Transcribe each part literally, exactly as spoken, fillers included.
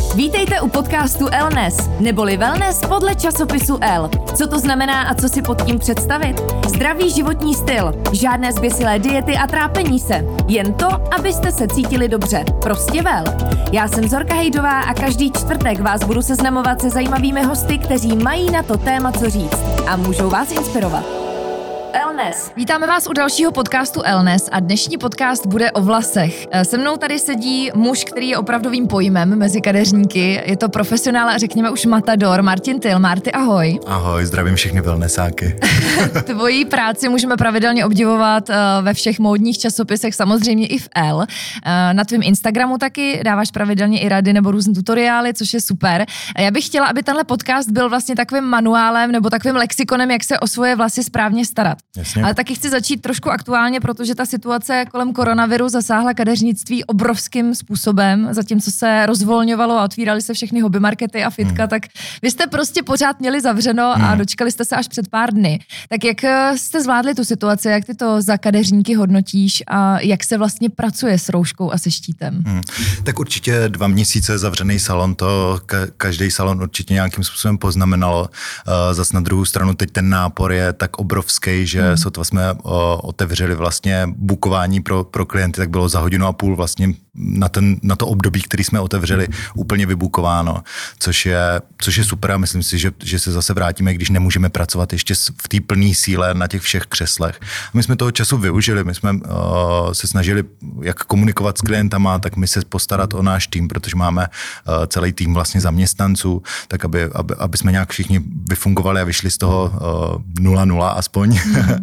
Vítejte u podcastu Elnes, neboli wellness podle časopisu L. Co to znamená a co si pod tím představit? Zdravý životní styl, žádné zběsilé diety a trápení se. Jen to, abyste se cítili dobře. Prostě vel. Já jsem Zorka Hejdová a každý čtvrtek vás budu seznamovat se zajímavými hosty, kteří mají na to téma co říct a můžou vás inspirovat. Elnes. Vítáme vás u dalšího podcastu Elnes a dnešní podcast bude o vlasech. Se mnou tady sedí muž, který je opravdovým pojmem mezi kadeřníky. Je to profesionál a řekněme už matador, Martin Tyl. Marty, ahoj. Ahoj, zdravím všechny wellnessáky. Tvojí práci můžeme pravidelně obdivovat ve všech módních časopisech, samozřejmě i v L. Na tvém Instagramu taky dáváš pravidelně i rady nebo různé tutoriály, což je super. Já bych chtěla, aby tenhle podcast byl vlastně takovým manuálem nebo takovým lexikonem, jak se o svoje vlasy správně starat. Jasně. Ale taky chci začít trošku aktuálně, protože ta situace kolem koronaviru zasáhla kadeřnictví obrovským způsobem. Zatímco se rozvolňovalo a otvíraly se všechny hobby markety a fitka, hmm. tak vy jste prostě pořád měli zavřeno hmm. a dočkali jste se až před pár dny. Tak jak jste zvládli tu situaci, jak ty to za kadeřníky hodnotíš a jak se vlastně pracuje s rouškou a se štítem? Hmm. Tak určitě dva měsíce zavřený salon, to ka- každý salon určitě nějakým způsobem poznamenalo. Uh, zas na druhou stranu teď ten nápor je tak obrovský, že hmm. sotva jsme o, otevřeli vlastně bukování pro, pro klienty, tak bylo za hodinu a půl vlastně na, ten, na to období, který jsme otevřeli, úplně vybukováno, což je, což je super a myslím si, že, že se zase vrátíme, když nemůžeme pracovat ještě v té plné síle na těch všech křeslech. My jsme toho času využili, my jsme uh, se snažili jak komunikovat s klientama, tak my se postarat o náš tým, protože máme uh, celý tým vlastně zaměstnanců, tak aby, aby, aby jsme nějak všichni vyfungovali a vyšli z toho uh, nula nula aspoň.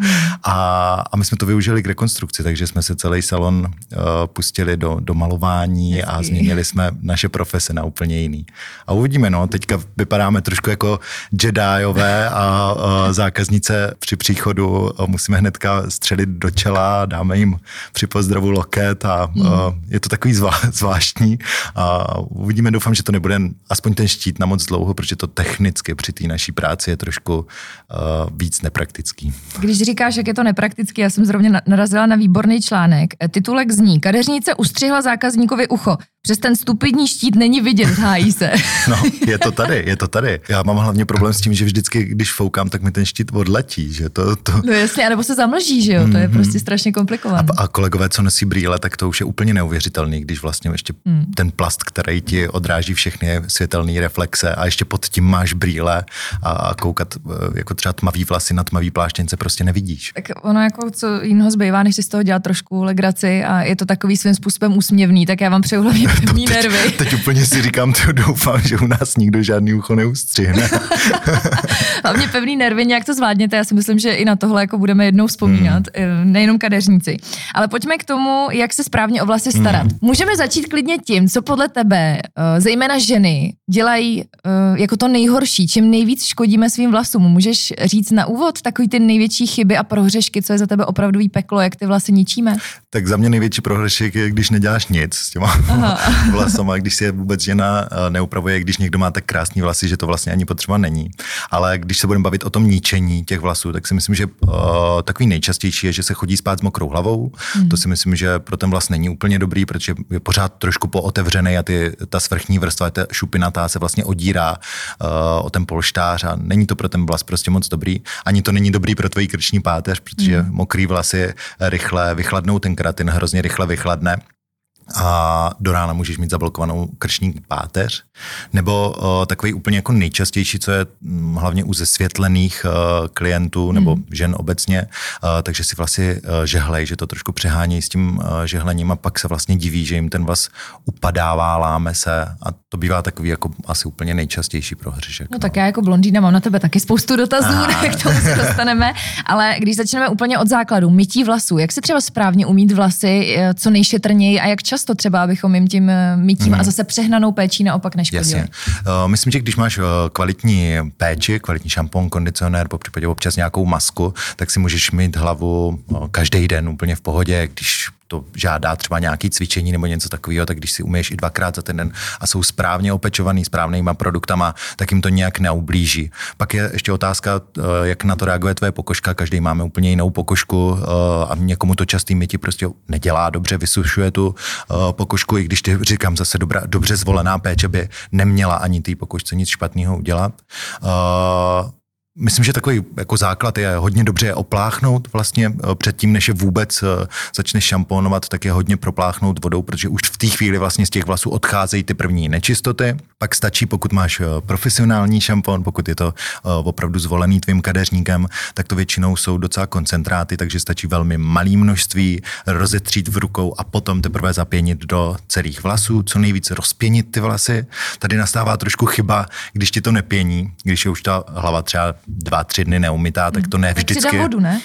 a, a my jsme to využili k rekonstrukci, takže jsme se celý salon uh, pustili do, do malování Hezky. A změnili jsme naše profese na úplně jiný. A uvidíme, no, teďka vypadáme trošku jako Jediové a uh, zákaznice při příchodu uh, musíme hnedka střelit do čela, dáme jim při pozdravu loket a uh, je to takový zvá, zvláštní. A uvidíme, doufám, že to nebude aspoň ten štít na moc dlouho, protože to technicky při té naší práci je trošku uh, víc nepraktický. Když říkáš, jak je to nepraktický, já jsem zrovna narazila na výborný článek. Titulek zní: Kadeřnice ustřihla zákazníkovi ucho. Přes ten stupidní štít není vidět, hájí se. No, je to tady, je to tady. Já mám hlavně problém s tím, že vždycky, když foukám, tak mi ten štít odletí, že to... to... No jasně, anebo se zamlží, že jo, to je mm-hmm. prostě strašně komplikované. A, a kolegové, co nosí brýle, tak to už je úplně neuvěřitelný, když vlastně ještě mm. ten plast, který ti odráží všechny světelné reflexe a ještě pod tím máš brýle a, a koukat jako třeba tmavý vlasy na tmavý pláštěnce prostě nevidíš. Tak ono jako co jiného zbývá, než si z toho dělat trošku legraci a je to takový svým způsobem úsměvný, tak já vám přeju hlavně pevný teď, nervy. Teď úplně si říkám, to doufám, že u nás nikdo žádný ucho neustřihne. Hlavně pevný nervy, nějak to zvládněte, já si myslím, že i na tohle jako budeme jednou vzpomínat, hmm. nejenom kadeřníci. Ale pojďme k tomu, jak se správně o vlasy starat. Hmm. Můžeme začít klidně tím, co podle tebe, zejména ženy, dělají jako to nejhorší, čím nejvíc škodíme svým vlasům. Můžeš říct na úvod takový ty největší chyby a prohřešky, co je za tebe opravdový peklo, jak ty vlasy ničíme? Tak za mě největší prohřešek je, když neděláš nic s těma vlasama, když si je vůbec žena neupravuje, když někdo má tak krásný vlasy, že to vlastně ani potřeba není. Ale když se budeme bavit o tom ničení těch vlasů, tak si myslím, že uh, takový nejčastější je, že se chodí spát s mokrou hlavou. Hmm. To si myslím, že pro ten vlas není úplně dobrý, protože je pořád trošku pootevřený a ty, ta svrchní vrstva, ta šupinatá se vlastně odírá uh, o ten polštář a není to pro ten vlas prostě moc dobrý. Ani to není dobrý pro tvoji krční páteř, protože hmm. mokrý vlasy rychle vychladnou, ten keratin hrozně rychle vychladne. A do rána můžeš mít zablokovanou krční páteř. Nebo uh, takový úplně jako nejčastější, co je hm, hlavně u zesvětlených uh, klientů nebo mm. žen obecně, uh, takže si vlastně uh, žehlej, že to trošku přehání s tím uh, žehlením a pak se vlastně diví, že jim ten vlas upadává, láme se a to bývá takový jako asi úplně nejčastější prohřešek. No, no tak já jako blondýna mám na tebe taky spoustu dotazů, k tomu se dostaneme, ale když začneme úplně od základu, mytí vlasů, jak si třeba správně umýt vlasy, co nejšetrněji a jak často třeba, abychom jim tím mytím mm. a zase přehnanou péčí naopak neškodili. Jasně. Uh, myslím, že když máš uh, kvalitní péči, kvalitní šampon, kondicionér, popřípadě občas nějakou masku, tak si můžeš mít hlavu uh, každý den úplně v pohodě. Když to žádá třeba nějaký cvičení nebo něco takového, tak když si umyješ i dvakrát za ten den a jsou správně opečovaný správnýma produktama, tak jim to nějak neublíží. Pak je ještě otázka, jak na to reaguje tvoje pokožka. Každý máme úplně jinou pokožku a někomu to častý mytí prostě nedělá dobře, vysušuje tu pokožku, i když ty říkám zase dobrá, dobře zvolená péče by neměla ani té pokožce nic špatného udělat. Myslím, že takový jako základ je hodně dobře je opláchnout vlastně předtím, než je vůbec začneš šamponovat, tak je hodně propláchnout vodou, protože už v té chvíli vlastně z těch vlasů odcházejí ty první nečistoty. Pak stačí, pokud máš profesionální šampon, pokud je to opravdu zvolený tvým kadeřníkem, tak to většinou jsou docela koncentráty, takže stačí velmi malé množství, rozetřít v rukou a potom teprve zapěnit do celých vlasů, co nejvíce rozpěnit ty vlasy. Tady nastává trošku chyba, když ti to nepění, když je už ta hlava třeba dva, tři dny neumytá, tak to ne vždycky. Tak přidá vodu, ne?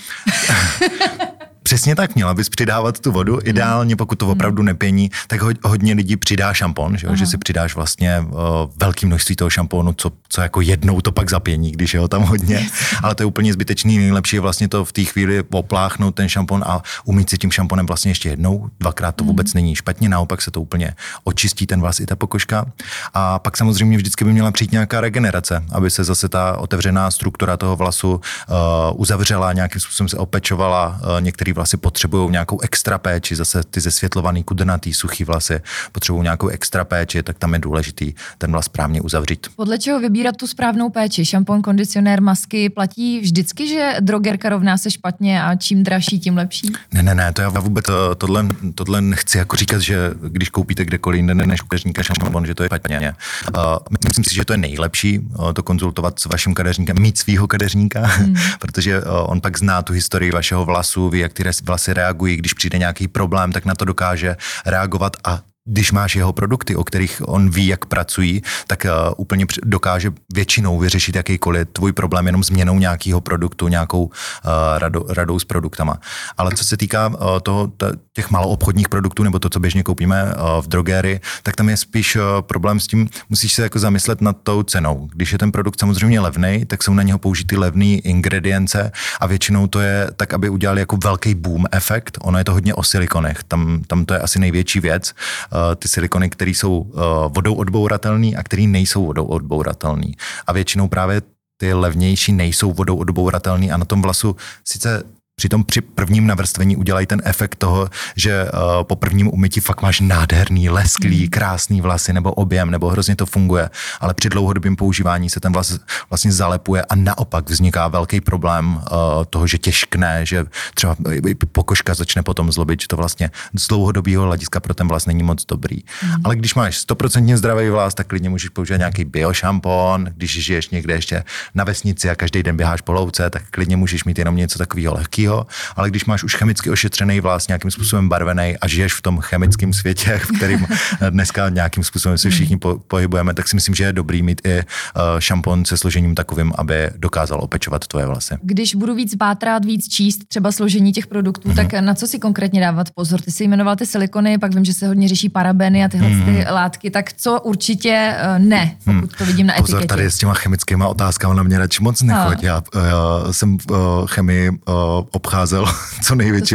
Přesně tak, měla bys přidávat tu vodu. Ideálně, pokud to opravdu nepění, tak hodně lidí přidá šampon, že, že si přidáš vlastně uh, velké množství toho šamponu, co, co jako jednou to pak zapění, když je ho tam hodně. Ale to je úplně zbytečný. Nejlepší je vlastně to v té chvíli opláchnout ten šampon a umýt si tím šamponem vlastně ještě jednou. Dvakrát to vůbec není špatně, naopak se to úplně očistí ten vlas i ta pokožka. A pak samozřejmě vždycky by měla přijít nějaká regenerace, aby se zase ta otevřená struktura toho vlasu uh, uzavřela, nějakým způsobem se opečovala. Uh, některý vlasy potřebují nějakou extra péči, zase ty zesvětlovaný, kudrnatý, suchý vlasy potřebují nějakou extra péči, tak tam je důležitý ten vlas správně uzavřít. Podle čeho vybírat tu správnou péči? Šampon, kondicionér, masky, platí vždycky, že drogerka rovná se špatně a čím dražší, tím lepší? Ne, ne, ne, to já vůbec tohle, tohle nechci jako říkat, že když koupíte kdekoliv jinde než u kadeřníka šampon, že to je špatně. Uh, myslím si, že to je nejlepší uh, to konzultovat s vaším kadeřníkem, mít svýho kadeřníka, hmm. protože uh, on pak zná tu historii vašeho vlasu, ví, jak ty vlasy reagují, když přijde nějaký problém, tak na to dokáže reagovat a když máš jeho produkty, o kterých on ví, jak pracují, tak uh, úplně dokáže většinou vyřešit jakýkoliv tvůj problém jenom změnou nějakého produktu, nějakou uh, radou, radou s produktama. Ale co se týká uh, toho, t- těch maloobchodních produktů, nebo to, co běžně koupíme uh, v drogérii, tak tam je spíš uh, problém s tím, musíš se jako zamyslet nad tou cenou. Když je ten produkt samozřejmě levnej, tak jsou na něho použity levné ingredience a většinou to je tak, aby udělali jako velký boom efekt. Ono je to hodně o silikonech, tam, tam to je asi největší věc. Ty silikony, které jsou vodou odbouratelné a které nejsou vodou odbouratelné. A většinou právě ty levnější nejsou vodou odbouratelné a na tom vlasu sice přitom při prvním navrstvení udělají ten efekt toho, že uh, po prvním umytí fakt máš nádherný, lesklý, krásný vlasy nebo objem, nebo hrozně to funguje, ale při dlouhodobém používání se ten vlas vlastně zalepuje a naopak vzniká velký problém uh, toho, že těžkne, že třeba pokožka začne potom zlobit, že to vlastně z dlouhodobého hlediska pro ten vlas není moc dobrý. Mm. Ale když máš stoprocentně zdravý vlas, tak klidně můžeš použít nějaký biošampon, když žiješ někde ještě na vesnici a každý den běháš po louce, tak klidně můžeš mít jenom něco takového lehkého. Ale když máš už chemicky ošetřený vlas, nějakým způsobem barvený a žiješ v tom chemickém světě, v kterém dneska nějakým způsobem se všichni po, pohybujeme, tak si myslím, že je dobrý mít i uh, šampon se složením takovým, aby dokázal opečovat tvoje vlasy. Když budu víc pátrat, víc číst třeba složení těch produktů, mm-hmm. tak na co si konkrétně dávat pozor? Ty jsi jmenoval ty silikony, pak vím, že se hodně řeší parabeny a tyhle mm-hmm. ty látky, tak co určitě uh, ne, pokud to vidím na etiketě? Pozor, tady s těma chemickými otázkami na mě radši moc nechoď. Já, já jsem uh, chemii uh, obcházel co největším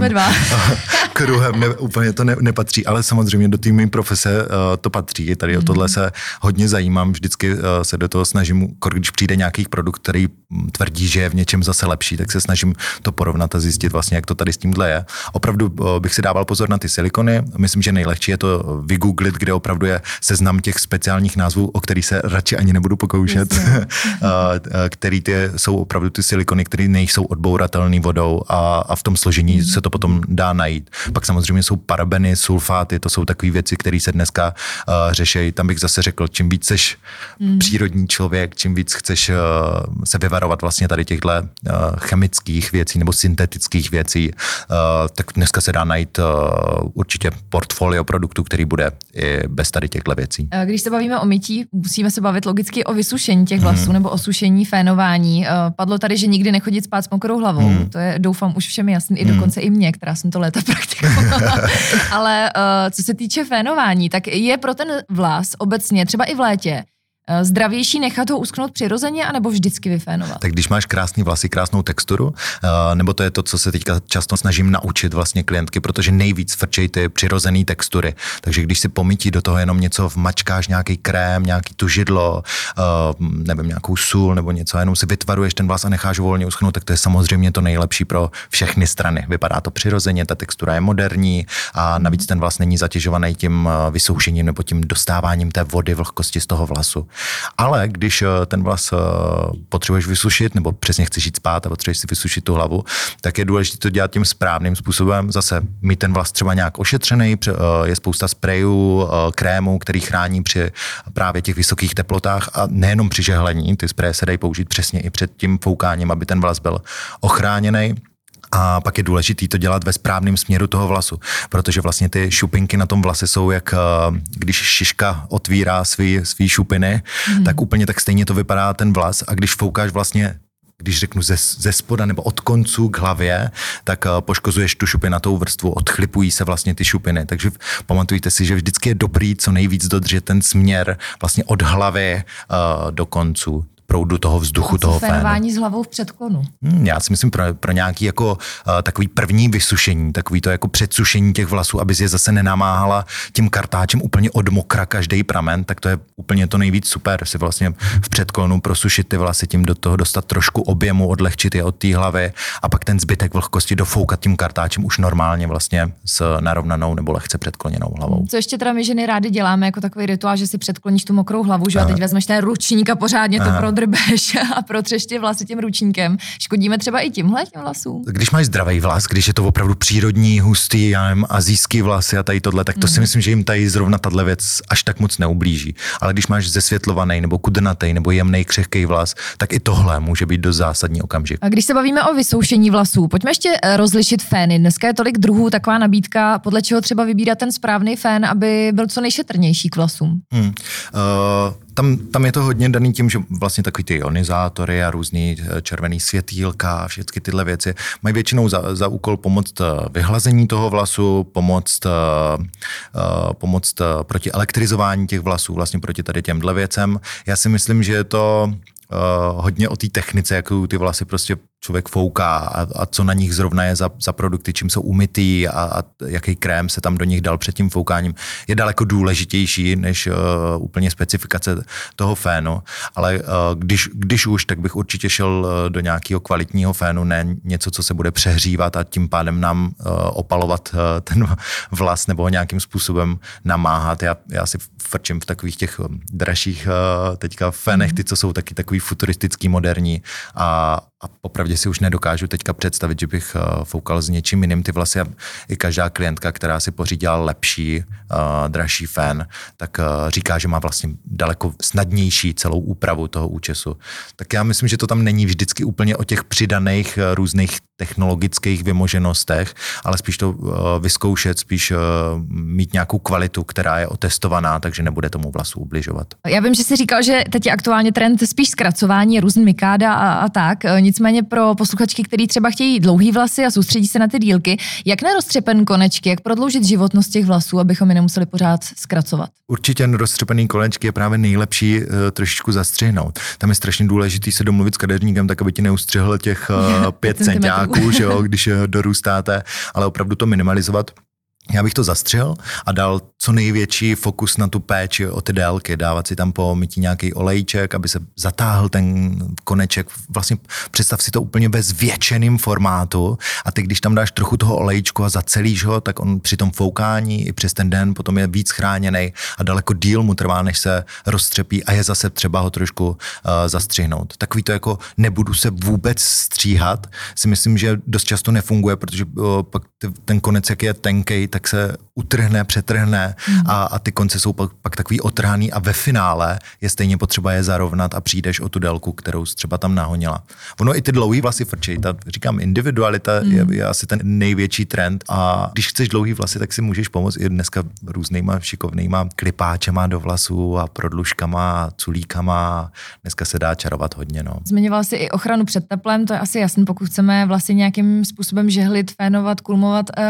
kruhem, ne, úplně to ne, nepatří, ale samozřejmě do té mé profese uh, to patří. Tady o tohle se hodně zajímám, vždycky uh, se do toho snažím, když přijde nějaký produkt, který tvrdí, že je v něčem zase lepší, tak se snažím to porovnat a zjistit vlastně, jak to tady s tímhle je. Opravdu uh, bych si dával pozor na ty silikony, myslím, že nejlehčí je to vygooglit, kde opravdu je seznam těch speciálních názvů, o kterých se radši ani nebudu pokoušet, uh, který ty jsou opravdu ty silikony, které nejsou odbouratelné vodou a, a v tom složení se to potom dá najít. Pak samozřejmě jsou parabeny, sulfáty, to jsou takové věci, které se dneska uh, řeší. Tam bych zase řekl, čím víc seš mm. přírodní člověk, čím víc chceš uh, se vyvarovat vlastně tady těchto uh, chemických věcí nebo syntetických věcí, uh, tak dneska se dá najít uh, určitě portfolio produktů, který bude i bez tady těchto věcí. Když se bavíme o mytí, musíme se bavit logicky o vysušení těch vlasů mm. nebo o sušení, fénování. Uh, padlo tady, že nikdy nechodit spát s mokrou hlavou. Mm. To je, doufám, už všem jasný, i dokonce mm. i mě, která jsem to léta praktikovala. Ale uh, co se týče fénování, tak je pro ten vlas obecně, třeba i v létě, Zdravější nechat ho uschnout přirozeně, anebo vždycky vyfénovat? Tak když máš krásný vlasy, krásnou texturu, nebo to je to, co se teďka často snažím naučit vlastně klientky, protože nejvíc frčej ty přirozený textury. Takže když si pomítí do toho jenom něco, vmačkáš nějaký krém, nějaký tužidlo, nevím, nějakou sůl nebo něco, a jenom si vytvaruješ ten vlas a necháš volně uschnout, tak to je samozřejmě to nejlepší pro všechny strany. Vypadá to přirozeně, ta textura je moderní a navíc ten vlas není zatěžovaný tím vysoušením nebo tím dostáváním té vody, vlhkosti z toho vlasu. Ale když ten vlas potřebuješ vysušit, nebo přesně chceš jít spát a potřebuješ si vysušit tu hlavu, tak je důležité to dělat tím správným způsobem. Zase mít ten vlas třeba nějak ošetřený, je spousta sprejů, krémů, který chrání při právě těch vysokých teplotách a nejenom při žehlení, ty spreje se dají použít přesně i před tím foukáním, aby ten vlas byl ochráněný. A pak je důležité to dělat ve správném směru toho vlasu, protože vlastně ty šupinky na tom vlase jsou jak když šiška otvírá svý, svý šupiny, mm. tak úplně tak stejně to vypadá ten vlas a když foukáš vlastně, když řeknu ze, ze spoda nebo od koncu k hlavě, tak poškozuješ tu šupinatou vrstvu, odchlipují se vlastně ty šupiny, takže pamatujte si, že vždycky je dobrý co nejvíc dodržet ten směr vlastně od hlavy uh, do koncu proudu toho vzduchu, toho fénu. Fénování s hlavou v předklonu. Hmm, já si myslím pro, pro nějaký jako uh, takový první vysušení, takový to jako předsušení těch vlasů, aby si je zase nenamáhala tím kartáčem úplně od mokra každý pramen, tak to je úplně to nejvíc super, si vlastně v předklonu prosušit ty vlasy, tím do toho dostat trošku objemu, odlehčit je od té hlavy a pak ten zbytek vlhkosti dofoukat tím kartáčem už normálně vlastně s narovnanou nebo lehce předkloněnou hlavou. Co ještě teda my ženy rádi děláme jako takový rituál, že si předkloníš tu mokrou hlavu, že a teď vezmeš ten ručník a pořádně to pro drbeš a protřeš ty vlasy tím ručníkem. Škodíme třeba i tímhle těm vlasům? Když máš zdravý vlas, když je to opravdu přírodní, hustý, já nevím, asijský vlasy a tady tohle, tak to mm. si myslím, že jim tady zrovna tahle věc až tak moc neublíží. Ale když máš zesvětlovaný nebo kudrnatý nebo jemný křehký vlas, tak i tohle může být dost zásadní okamžik. A když se bavíme o vysoušení vlasů, pojďme ještě rozlišit fény. Dneska je tolik druhů, taková nabídka, podle čeho třeba vybírat ten správný fén, aby byl co nejšetrnější k vlasům. Mm. Uh... Tam, tam je to hodně daný tím, že vlastně takový ty ionizátory a různý červený světýlka a všechny tyhle věci mají většinou za, za úkol pomoct vyhlazení toho vlasu, pomoct, uh, pomoct proti elektrizování těch vlasů, vlastně proti tady těmhle věcem. Já si myslím, že je to Uh, hodně o té technice, jakou ty vlasy prostě člověk fouká a, a co na nich zrovna je za, za produkty, čím jsou umytý a, a jaký krém se tam do nich dal před tím foukáním, je daleko důležitější než uh, úplně specifikace toho fénu, ale uh, když, když už, tak bych určitě šel uh, do nějakého kvalitního fénu, ne něco, co se bude přehřívat a tím pádem nám uh, opalovat uh, ten vlas nebo nějakým způsobem namáhat. Já, já si frčím v takových těch dražších uh, teďka fénech, ty, co jsou taky takový futuristický, moderní a, a popravdě si už nedokážu teďka představit, že bych uh, foukal s něčím jiným ty vlasy. I každá klientka, která si pořídila lepší, uh, dražší fén, tak uh, říká, že má vlastně daleko snadnější celou úpravu toho účesu. Tak já myslím, že to tam není vždycky úplně o těch přidaných uh, různých technologických vymoženostech, ale spíš to uh, vyzkoušet, spíš uh, mít nějakou kvalitu, která je otestovaná, takže nebude tomu vlasu ubližovat. Já vím, že jsi říkal, že teď je aktuálně trend spíš zkracování, různý mikáda a, a tak. Nicméně pro posluchačky, který třeba chtějí dlouhý vlasy a soustředí se na ty dílky, jak neroztřepen konečky, jak prodloužit životnost těch vlasů, abychom je nemuseli pořád zkracovat? Určitě roztřepený konečky je právě nejlepší uh, trošičku zastřihnout. Tam je strašně důležitý se domluvit s kadeřníkem, tak aby ti neustřihl těch uh, pět centiáků, že jo, když dorůstáte, ale opravdu to minimalizovat. Já bych to zastřihl a dal co největší fokus na tu péči o ty délky, dávat si tam po mytí nějaký olejček, aby se zatáhl ten koneček. Vlastně představ si to úplně ve zvětšeném formátu a ty, když tam dáš trochu toho olejčku a zacelíš ho, tak on při tom foukání i přes ten den potom je víc chráněný a daleko díl mu trvá, než se roztřepí a je zase třeba ho trošku uh, zastřihnout. Takový to jako nebudu se vůbec stříhat, si myslím, že dost často nefunguje, protože uh, pak ten konec, jak je tenkej, tak se utrhne, přetrhne mm. a, a ty konce jsou pak, pak takový otrhaný a ve finále je stejně potřeba je zarovnat a přijdeš o tu délku, kterou jsi třeba tam nahonila. Ono i ty dlouhý vlasy frčej, ta, říkám, individualita mm. je, je asi ten největší trend a když chceš dlouhý vlasy, tak si můžeš pomoct i dneska různýma šikovnýma klipáčema do vlasů a prodlužkama, culíkama. Dneska se dá čarovat hodně. No. Zmiňoval jsi i ochranu před teplem, to je asi jasný, pokud chceme vlastně nějakým způsobem žehlit, fénovat, kulmovat.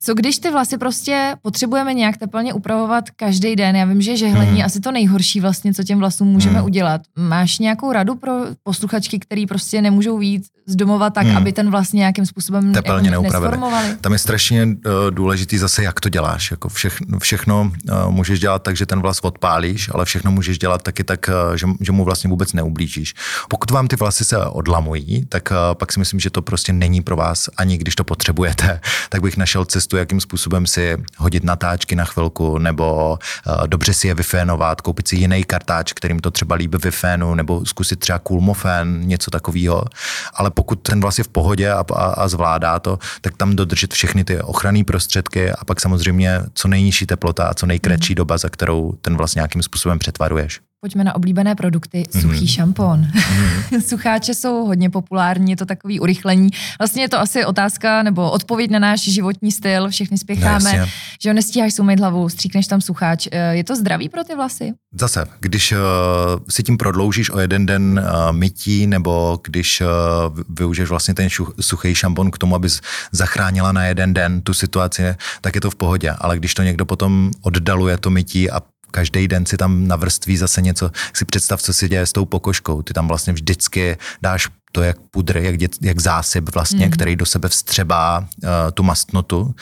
Co když ty vlasy prostě potřebujeme nějak teplně upravovat každý den? Já vím, že žehlení Hmm. je asi to nejhorší vlastně, co těm vlasům můžeme Hmm. udělat. Máš nějakou radu pro posluchačky, který prostě nemůžou vyjít z domova tak, Hmm. aby ten vlas nějakým způsobem Teplně jako neupravili. nesformovali? Tam je strašně uh, důležitý zase, jak to děláš. Jako všechno všechno uh, můžeš dělat tak, že ten vlas odpálíš, ale všechno můžeš dělat taky tak, uh, že, že mu vlastně vůbec neublížíš. Pokud vám ty vlasy se odlamují, tak uh, pak si myslím, že to prostě není pro vás, ani když to potřebujete, tak bych našel cestu, jakým způsobem si hodit natáčky na chvilku, nebo uh, dobře si je vyfénovat, koupit si jiný kartáč, kterým to třeba líbí vyfénu, nebo zkusit třeba Coolmofén, něco takového. Ale pokud ten vlas je v pohodě a, a, a zvládá to, tak tam dodržet všechny ty ochranné prostředky a pak samozřejmě co nejnižší teplota a co nejkratší mm. doba, za kterou ten vlas nějakým způsobem přetvaruješ. Pojďme na oblíbené produkty. Suchý mm. šampon. Mm. Sucháče jsou hodně populární, je to takový urychlení. Vlastně je to asi otázka nebo odpověď na náš životní styl. Všichni spěcháme, no, že ho nestíháš si umýt hlavu, stříkneš tam sucháč. Je to zdravý pro ty vlasy? Zase, když uh, si tím prodloužíš o jeden den uh, mytí, nebo když uh, využiješ vlastně ten šu, suchý šampon k tomu, abys zachránila na jeden den tu situaci, tak je to v pohodě. Ale když to někdo potom oddaluje to mytí a každý den si tam navrství zase něco, si představ, co se děje s tou pokožkou. Ty tam vlastně vždycky dáš to jak pudr, jak, dě, jak zásyp vlastně, mm. který do sebe vstřebá uh, tu mastnotu uh,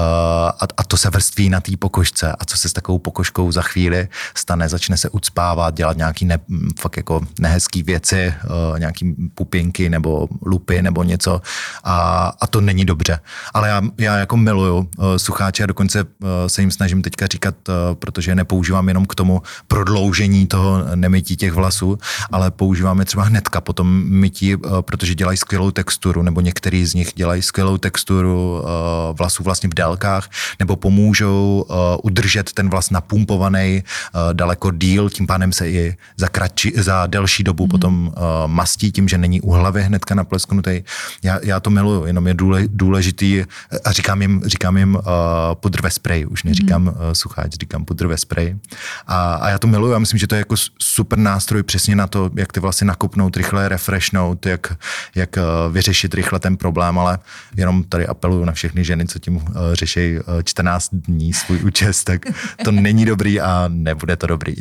a, a to se vrství na té pokožce. A co se s takovou pokožkou za chvíli stane? Začne se ucpávat, dělat nějaký ne, fakt jako nehezký věci, uh, nějaký pupinky nebo lupy nebo něco a, a to není dobře. Ale já, já jako miluju uh, sucháče a dokonce uh, se jim snažím teďka říkat, uh, protože je nepoužívám jenom k tomu prodloužení toho nemytí těch vlasů, ale používám je třeba hnedka po tom mytí, protože dělají skvělou texturu, nebo některý z nich dělají skvělou texturu uh, vlasů vlastně v délkách, nebo pomůžou uh, udržet ten vlas napumpovaný uh, daleko díl, tím pádem se i za, kratší, za delší dobu mm. potom uh, mastí, tím, že není u hlavy hnedka naplesknutý. Já, já to miluju, jenom je důle, důležitý a říkám jim, říkám jim uh, pudr ve spreji, už neříkám mm. uh, sucháč, říkám pudr ve spreji. A, a já to miluju, já myslím, že to je jako super nástroj přesně na to, jak ty vlasy nakopnout, rychle refreshnout, jak, jak vyřešit rychle ten problém, ale jenom tady apeluju na všechny ženy, co tím uh, řeší uh, čtrnáct dní svůj účes, tak to není dobrý a nebude to dobrý.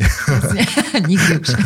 Nikdy už. uh,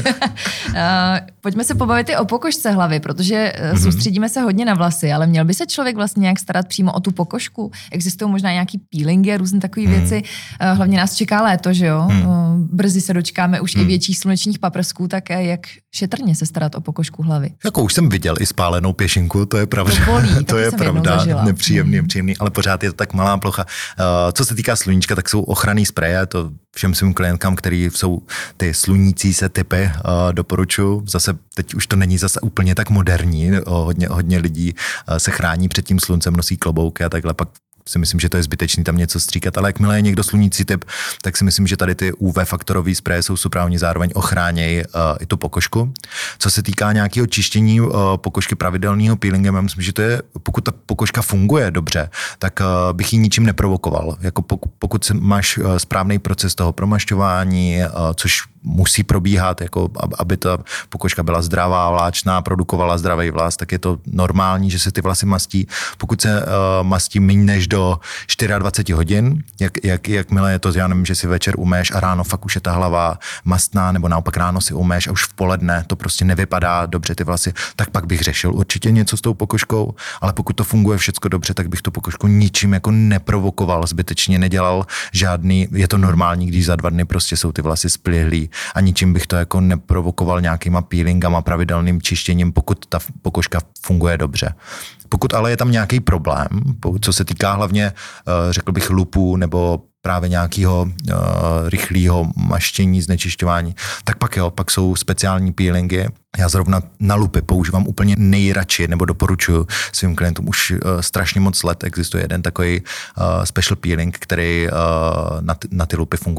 pojďme se pobavit i o pokožce hlavy, protože uh, mm-hmm. soustředíme se hodně na vlasy, ale měl by se člověk vlastně nějak starat přímo o tu pokožku? Existují možná nějaký peelingy a různé takové mm. věci. Uh, hlavně nás čeká léto, že jo? Mm. Uh, brzy se dočkáme už mm. i větších slunečních paprsků, tak uh, jak šetrně se starat o pokožku hlavy? Jako už jsem viděl i spálenou pěšinku, to je pravda. To bolí, to je pravda, nepříjemný, nepříjemný, ale pořád je to tak malá plocha. Uh, co se týká sluníčka, tak jsou ochranný spreje, to všem svým klientkám, který jsou ty slunící se typy, uh, doporučuji. Zase teď už to není zase úplně tak moderní, uh, hodně, hodně lidí uh, se chrání před tím sluncem, nosí klobouky a takhle, pak si myslím, že to je zbytečný tam něco stříkat, ale jakmile je někdo slunící typ, tak si myslím, že tady ty U V faktorový spreje jsou super, oni zároveň ochránějí uh, i tu pokožku. Co se týká nějakého čištění uh, pokožky pravidelného peelingem, já myslím, že to je, pokud ta pokožka funguje dobře, tak uh, bych ji ničím neprovokoval. Jako pokud, pokud máš uh, správný proces toho promašťování, uh, což musí probíhat, jako aby ta pokožka byla zdravá, vláčná, produkovala zdravý vlas, tak je to normální, že se ty vlasy mastí. Pokud se uh, mastí méně než do dvacet čtyři hodin, jak, jak, jakmile je to, já nevím, že si večer uméš a ráno fakt už je ta hlava mastná, nebo naopak ráno si uméš a už v poledne to prostě nevypadá dobře ty vlasy, tak pak bych řešil určitě něco s tou pokožkou, ale pokud to funguje všecko dobře, tak bych tu pokožku ničím jako neprovokoval, zbytečně nedělal žádný, je to normální, když za dva dny prostě jsou ty vlasy splihlý a ničím bych to jako neprovokoval nějakýma peelingama, pravidelným čištěním, pokud ta pokožka funguje dobře. Pokud ale je tam nějaký problém, co se týká hlavně, řekl bych, lupů nebo právě nějakého uh, rychlého maštění, znečišťování, tak pak jo, pak jsou speciální peelingy. Já zrovna na lupy používám úplně nejradši, nebo doporučuji svým klientům už uh, strašně moc let. Existuje jeden takový uh, special peeling, který uh, na, ty, na ty lupy funguje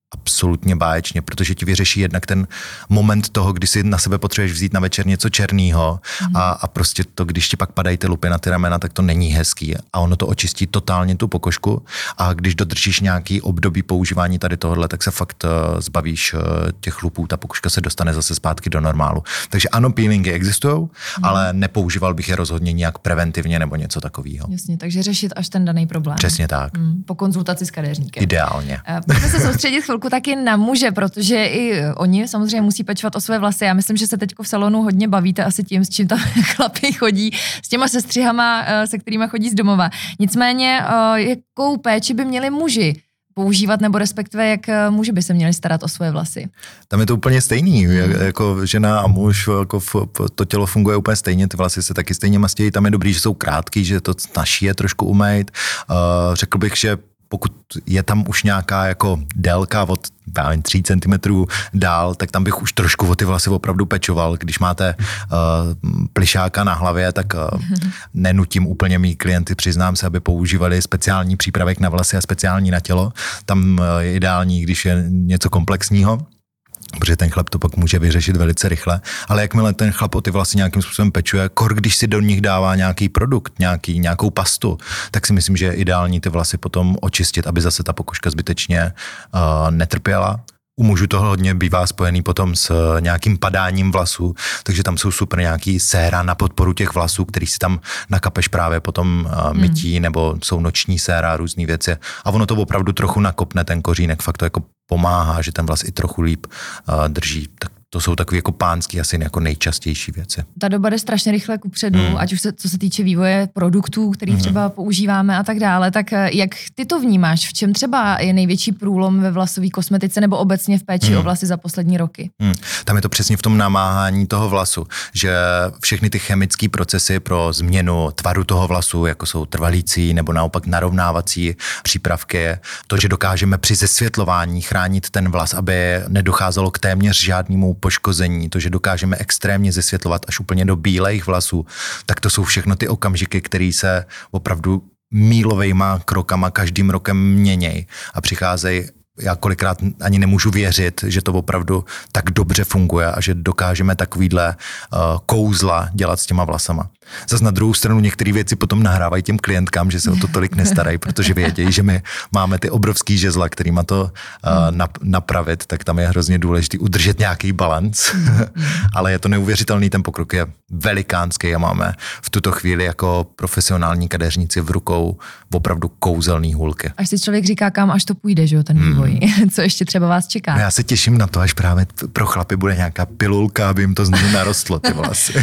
absolutně báječně, protože ti vyřeší jednak ten moment toho, kdy si na sebe potřebuješ vzít na večer něco černýho mm. a, a prostě to, když ti pak padají ty lupy na ty ramena, tak to není hezký a ono to očistí totálně tu pokožku a když dodržíš nějaký období používání tady tohohle, tak se fakt uh, zbavíš uh, těch lupů, ta pokožka se dostane zase zpátky do normálu. Takže ano, peelingy existují, mm. ale nepoužíval bych je rozhodně nějak preventivně nebo něco takového. Jasně, takže řešit až ten daný problém. Přesně tak. Mm, po konzultaci s kadeřníkem. Ideálně. Uh, pojďme se soustředit chvilku taky na muže, protože i oni samozřejmě musí pečovat o své vlasy. Já myslím, že se teď v salonu hodně bavíte asi tím, s čím tam chlapi chodí, s těma sestřihama, se kterýma chodí z domova. Nicméně, jakou péči by měli muži používat, nebo respektive jak muži by se měli starat o svoje vlasy? Tam je to úplně stejný, hmm. jako žena a muž, jako to tělo funguje úplně stejně, ty vlasy se taky stejně mastějí, tam je dobrý, že jsou krátký, že to snaží je trošku umýt. Řekl bych, že pokud je tam už nějaká jako délka od tři centimetrů dál, tak tam bych už trošku o ty vlasy opravdu pečoval. Když máte uh, plišáka na hlavě, tak uh, nenutím úplně mý klienty, přiznám se, aby používali speciální přípravek na vlasy a speciální na tělo. Tam uh, je ideální, když je něco komplexního, protože ten chlap to pak může vyřešit velice rychle, ale jakmile ten chlap o ty vlasy nějakým způsobem pečuje, kor když si do nich dává nějaký produkt, nějaký, nějakou pastu, tak si myslím, že je ideální ty vlasy potom očistit, aby zase ta pokožka zbytečně uh, netrpěla. U mužů toho hodně bývá spojený potom s nějakým padáním vlasů, takže tam jsou super nějaký séra na podporu těch vlasů, který si tam nakapeš právě potom uh, mytí, hmm. nebo jsou noční séra, různý věci. A ono to opravdu trochu nakopne ten kořínek, fakt to jako pomáhá, že ten vlas i trochu líp uh, drží. Tak to jsou takové jako pánský asi jako nejčastější věci. Ta doba jde strašně rychle kupředu, hmm. ať už se, co se týče vývoje produktů, který hmm. třeba používáme a tak dále, tak jak ty to vnímáš? V čem třeba je největší průlom ve vlasové kosmetice nebo obecně v péči hmm. o vlasy za poslední roky? Hmm. Tam je to přesně v tom namáhání toho vlasu, že všechny ty chemické procesy pro změnu tvaru toho vlasu, jako jsou trvalící nebo naopak narovnávací přípravky, to, že dokážeme při zesvětlování chránit ten vlas, aby nedocházelo k téměř žádnému poškození, to, že dokážeme extrémně zesvětlovat až úplně do bílejch vlasů, tak to jsou všechno ty okamžiky, které se opravdu mílovejma krokama každým rokem měněj a přicházejí. Já kolikrát ani nemůžu věřit, že to opravdu tak dobře funguje a že dokážeme takovýhle uh, kouzla dělat s těma vlasama. Zas na druhou stranu některé věci potom nahrávají těm klientkám, že se o to tolik nestarají, protože vědějí, že my máme ty obrovský žezla, kterýma to uh, nap- napravit, tak tam je hrozně důležité udržet nějaký balanc. Ale je to neuvěřitelný, ten pokrok je velikánský a máme v tuto chvíli jako profesionální kadeřníci v rukou opravdu kouzelný hůlky. Až si člověk říká, kam až to půjde, že jo, ten vývoj. Hmm. Co ještě třeba vás čeká? No já se těším na to, až právě pro chlapy bude nějaká pilulka, aby jim to znovu narostlo, ty vlasy.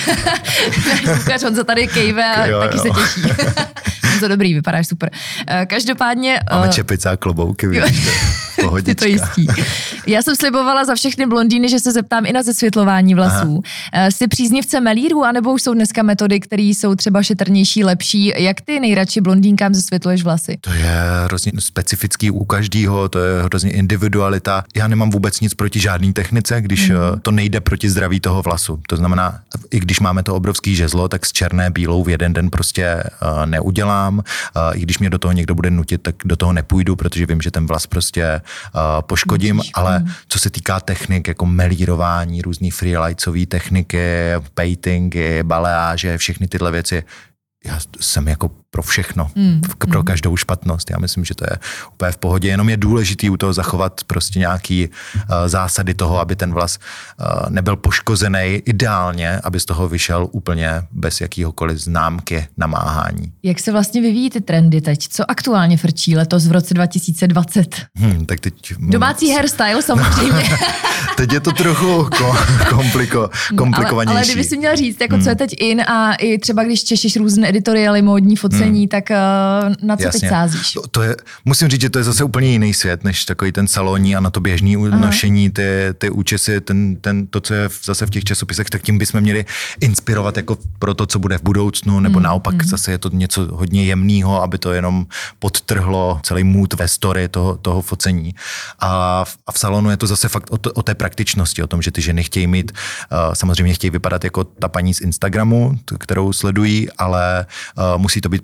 Ukaž, on se tady kejve a jo, taky jo. se těší. To dobrý, vypadáš super. Každopádně... Máme uh... čepice a klobouky, víš, pohodička. Ty to jistí. Já jsem slibovala za všechny blondýny, že se zeptám i na zesvětlování vlasů. Aha. Jsi příznivce melíru, anebo už jsou dneska metody, které jsou třeba šetrnější, lepší? Jak ty nejradši blondýnkám zesvětluješ vlasy? To je hrozně specifický u každého, to je hrozně individualita. Já nemám vůbec nic proti žádný technice, když hmm. to nejde proti zdraví toho vlasu. To znamená, i když máme to obrovský žezlo, tak s černé bílou v jeden den prostě uh, neudělám. Uh, I když mě do toho někdo bude nutit, tak do toho nepůjdu, protože vím, že ten vlas prostě uh, poškodím, Můžeš, ale hmm. co se týká technik, jako melírování, různý freelightsové techniky, paintingy, baleáže, všechny tyhle věci, já jsem jako pro všechno, mm, pro mm. každou špatnost. Já myslím, že to je úplně v pohodě, jenom je důležitý u toho zachovat prostě nějaký uh, zásady toho, aby ten vlas uh, nebyl poškozený, ideálně, aby z toho vyšel úplně bez jakýhokoliv známky namáhání. Jak se vlastně vyvíjí ty trendy teď? Co aktuálně frčí letos v roce dva tisíce dvacet? Hmm, tak teď... Domácí hairstyle samozřejmě. Teď je to trochu kompliko, komplikovanější. Ale, ale kdyby si měl říct, jako hmm. co je teď in a i třeba když češeš různé editoriály, módní focení, hmm. tak uh, na co Jasně. teď sázíš? To, to je, musím říct, že to je zase úplně jiný svět, než takový ten salonní a na to běžný Aha. nošení, ty, ty účesy, ten, ten, to, co je zase v těch časopisech, tak tím bychom měli inspirovat jako pro to, co bude v budoucnu, nebo hmm. naopak hmm. zase je to něco hodně jemného, aby to jenom podtrhlo celý mood ve story toho, toho focení. A v, a v salonu je to zase fakt o, to, o té praktičnosti, o tom, že ty ženy chtějí mít, uh, samozřejmě chtějí vypadat jako ta paní z Instagramu, t- kterou sledují, ale uh, musí to být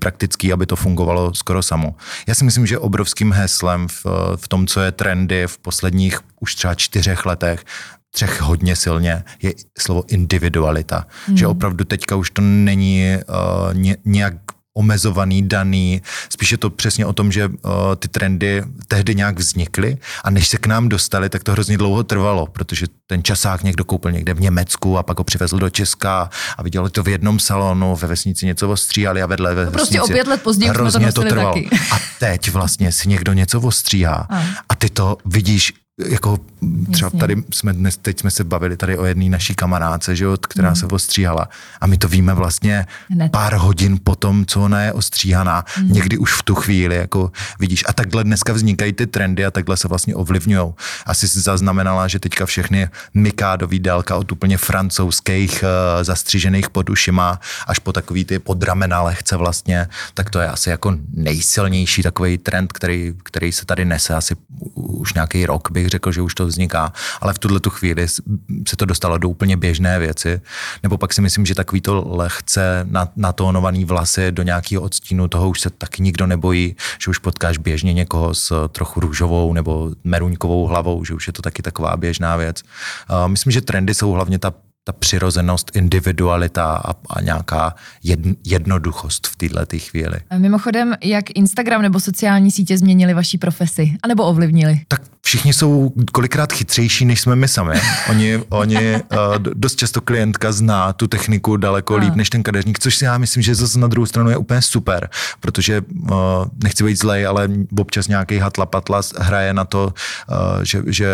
praktický, aby to fungovalo skoro samo. Já si myslím, že obrovským heslem v, v tom, co je trendy v posledních už třeba čtyřech letech, třech hodně silně, je slovo individualita. Hmm. Že opravdu teďka už to není uh, ně, nějak omezovaný, daný. Spíš je to přesně o tom, že uh, ty trendy tehdy nějak vznikly a než se k nám dostali, tak to hrozně dlouho trvalo, protože ten časák někdo koupil někde v Německu a pak ho přivezl do Česka a viděli to v jednom salonu, ve vesnici něco ostříhali a vedle ve vesnici. Prostě o pět let později jsme to nosili taky. A teď vlastně si někdo něco ostříhá a, a ty to vidíš jako třeba Jasně. tady jsme dnes, teď jsme se bavili tady o jedné naší kamarádce, že jo, která mm. se ostříhala a my to víme vlastně Hned. pár hodin po tom, co ona je ostříhaná, mm. někdy už v tu chvíli, jako vidíš. A takhle dneska vznikají ty trendy a takhle se vlastně ovlivňujou. Asi jsi zaznamenala, že teďka všechny mikádový délka od úplně francouzských uh, zastřížených pod ušima až po takový ty podramena lehce vlastně, tak to je asi jako nejsilnější takový trend, který, který se tady nese asi už nějaký rok, bych řekl, že už to vzniká, ale v tuhle tu chvíli se to dostalo do úplně běžné věci. Nebo pak si myslím, že takový to lehce natónovaný vlasy do nějakého odstínu, toho už se taky nikdo nebojí, že už potkáš běžně někoho s trochu růžovou nebo meruňkovou hlavou, že už je to taky taková běžná věc. Myslím, že trendy jsou hlavně ta ta přirozenost, individualita a, a nějaká jedn, jednoduchost v této chvíli. A mimochodem, jak Instagram nebo sociální sítě změnili vaší profesi? A nebo ovlivnili? Tak všichni jsou kolikrát chytřejší, než jsme my sami. Oni, oni uh, dost často klientka zná tu techniku daleko líp než ten kadeřník, což si já myslím, že zase na druhou stranu je úplně super, protože uh, nechci být zlej, ale občas nějaký hatla patlas hraje na to, uh, že, že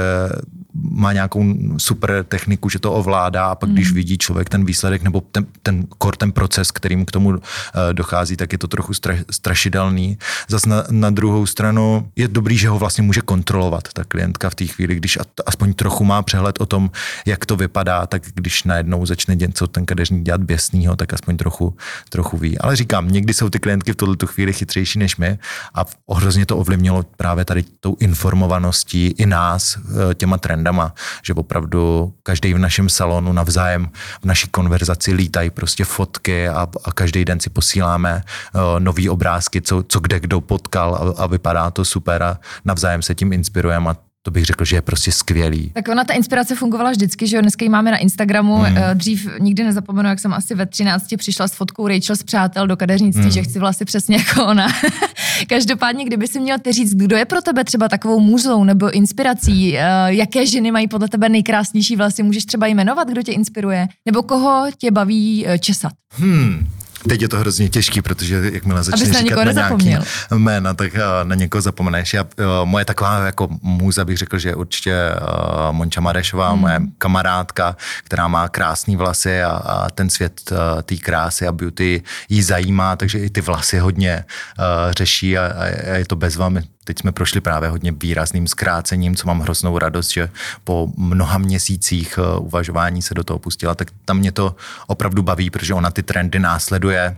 má nějakou super techniku, že to ovládá a pak když vidí člověk ten výsledek nebo ten, ten kor, ten proces, kterým k tomu uh, dochází, tak je to trochu stra, strašidelný. Zas na, na druhou stranu je dobrý, že ho vlastně může kontrolovat ta klientka v té chvíli, když aspoň trochu má přehled o tom, jak to vypadá, tak když najednou začne něco ten kadeřník dělat běsnýho, tak aspoň trochu, trochu ví. Ale říkám, někdy jsou ty klientky v tuto chvíli chytřejší než my a hrozně to ovlivnilo právě tady tou informovaností i nás těma trendama, že opravdu každý v našem salonu navzájem v naší konverzaci lítají prostě fotky a, a každý den si posíláme uh, nový obrázky, co, co kde kdo potkal a, a vypadá to super a navzájem se tím inspirujeme a to bych řekl, že je prostě skvělý. Tak ona, ta inspirace fungovala vždycky, že jo, dneska ji máme na Instagramu, hmm. dřív nikdy nezapomenu, jak jsem asi ve třinácti přišla s fotkou Rachel z Přátel do kadeřnictví, hmm. že chci vlastně přesně jako ona. Každopádně, kdyby si měl ty říct, kdo je pro tebe třeba takovou můzou nebo inspirací, jaké ženy mají podle tebe nejkrásnější vlasy, můžeš třeba jmenovat, kdo tě inspiruje, nebo koho tě baví česat? Hmm. Teď je to hrozně těžký, protože jakmile začneš říkat na, na nějaký jména, tak na někoho zapomeneš. Já, moje taková jako můza bych řekl, že je určitě uh, Monča Marešová, hmm. moje kamarádka, která má krásný vlasy a, a ten svět uh, té krásy a beauty jí zajímá, takže i ty vlasy hodně uh, řeší a, a je to bezva. Teď jsme prošli právě hodně výrazným zkrácením, co mám hroznou radost, že po mnoha měsících uh, uvažování se do toho pustila, tak tam mě to opravdu baví, protože ona ty trendy následuje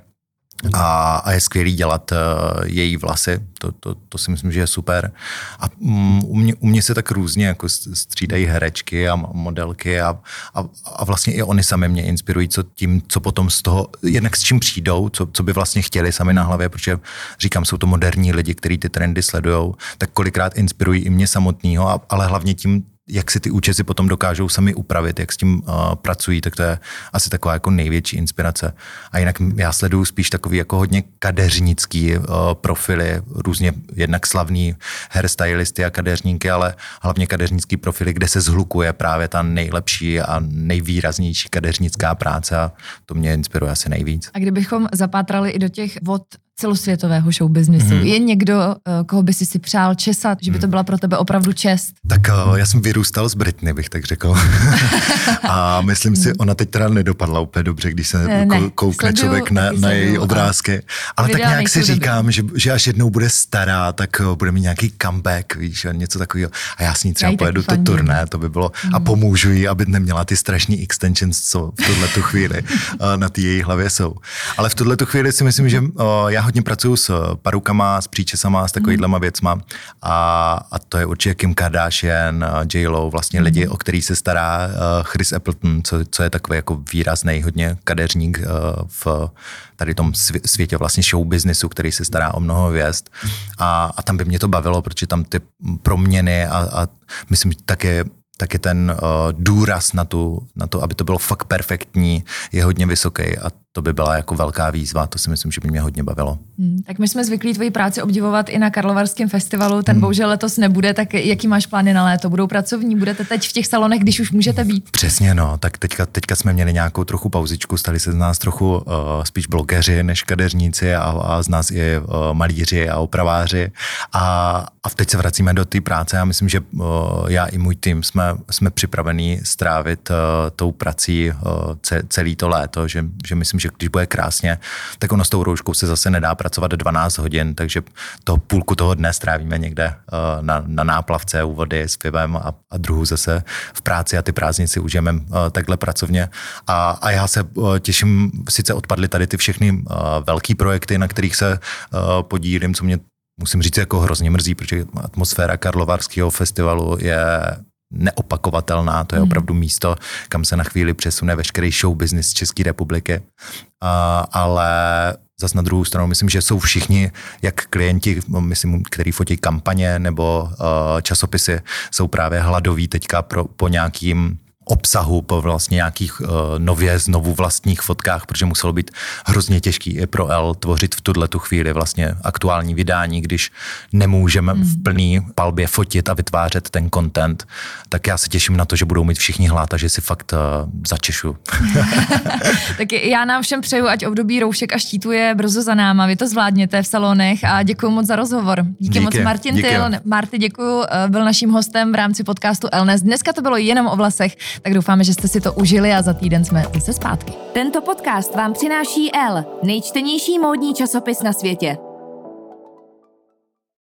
a, a je skvělý dělat uh, její vlasy, to, to, to si myslím, že je super. A um, u, mě, u mě se tak různě jako střídají herečky a modelky a, a, a vlastně i oni sami mě inspirují co tím, co potom z toho, jednak s čím přijdou, co, co by vlastně chtěli sami na hlavě, protože říkám, jsou to moderní lidi, kteří ty trendy sledujou, tak kolikrát inspirují i mě samotného, ale hlavně tím, jak si ty účesy potom dokážou sami upravit, jak s tím uh, pracují, tak to je asi taková jako největší inspirace. A jinak já sleduju spíš takový jako hodně kadeřnický uh, profily, různě jednak slavný hairstylisty a kadeřníky, ale hlavně kadeřnický profily, kde se zhlukuje právě ta nejlepší a nejvýraznější kadeřnická práce a to mě inspiruje asi nejvíc. A kdybychom zapátrali i do těch vod celosvětového showbiznisu. Mm. Je někdo, koho by si si přál česat, že by to byla pro tebe opravdu čest? Tak já jsem vyrůstal z Britney, bych tak řekl. A myslím si, ona teď teda nedopadla úplně dobře, když se ne, ne. koukne sleduju, člověk na, na její obrázky. Ale tak nějak si říkám, že, že až jednou bude stará, tak bude mít nějaký comeback, víš, něco takového. A já s ní třeba pojedu to turné, to by bylo, mm. a pomůžu jí, aby neměla ty strašný extensions, co v tuhle tu chvíli na té její hlavě jsou. Ale v tuhle tu chvíli si myslím, že já hodně pracuji s parukama, s příčesama, s takovýhlema věcma a, a to je určitě Kim Kardashian, J-Lo, vlastně mm. lidi, o který se stará Chris Appleton, co, co je takový jako výrazný hodně kadeřník v tady tom světě vlastně show businessu, který se stará o mnoho hvězd a, a tam by mě to bavilo, protože tam ty proměny a, a myslím, také taky ten uh, důraz na, tu, na to, aby to bylo fakt perfektní, je hodně vysoký a to by byla jako velká výzva, to si myslím, že by mě hodně bavilo. Hmm, tak my jsme zvyklí tvoji práci obdivovat i na Karlovarském festivalu, ten hmm. bohužel letos nebude, tak jaký máš plány na léto? Budou pracovní? Budete teď v těch salonech, když už můžete být? Přesně, no, tak teďka, teďka jsme měli nějakou trochu pauzičku, stali se z nás trochu uh, spíš blogeři než kadeřníci a, a z nás i uh, malíři a opraváři a, a teď se vracíme do té práce a myslím, že uh, já i můj tým jsme, jsme připravení strávit uh, tou prací uh, celý to léto, že, že myslím, že když bude krásně, tak ono s tou rouškou se zase nedá pracovat dvanáct hodin, takže to půlku toho dne strávíme někde uh, na, na náplavce u vody s pivem a, a druhou zase v práci a ty prázdnici užijeme uh, takhle pracovně. A, a já se uh, těším, sice odpadly tady ty všechny uh, velký projekty, na kterých se uh, podílím, co mě musím říct jako hrozně mrzí, protože atmosféra Karlovarského festivalu je neopakovatelná, to je hmm. opravdu místo, kam se na chvíli přesune veškerý show business České republiky. A, ale zas na druhou stranu myslím, že jsou všichni, jak klienti, myslím, který fotí kampaně nebo uh, časopisy, jsou právě hladoví teďka pro, po nějakým obsahu, po vlastně nějakých uh, nově znovu vlastních fotkách, protože muselo být hrozně těžký i pro L tvořit v tuhletu chvíli vlastně aktuální vydání, když nemůžeme mm. v plný palbě fotit a vytvářet ten content, tak já se těším na to, že budou mít všichni hlad a že si fakt uh, začešu. Tak já nám všem přeju, ať období roušek a štítů je brzo za náma, vy to zvládněte v salonech a děkuji moc za rozhovor. Díky, díky moc Martin díky. Tyl. Marty, děkuji, byl naším hostem v rámci podcastu Elnes. Dneska to bylo jenom o vlasech, tak doufáme, že jste si to užili a za týden jsme zase zpátky. Tento podcast vám přináší Elle, nejčtenější módní časopis na světě.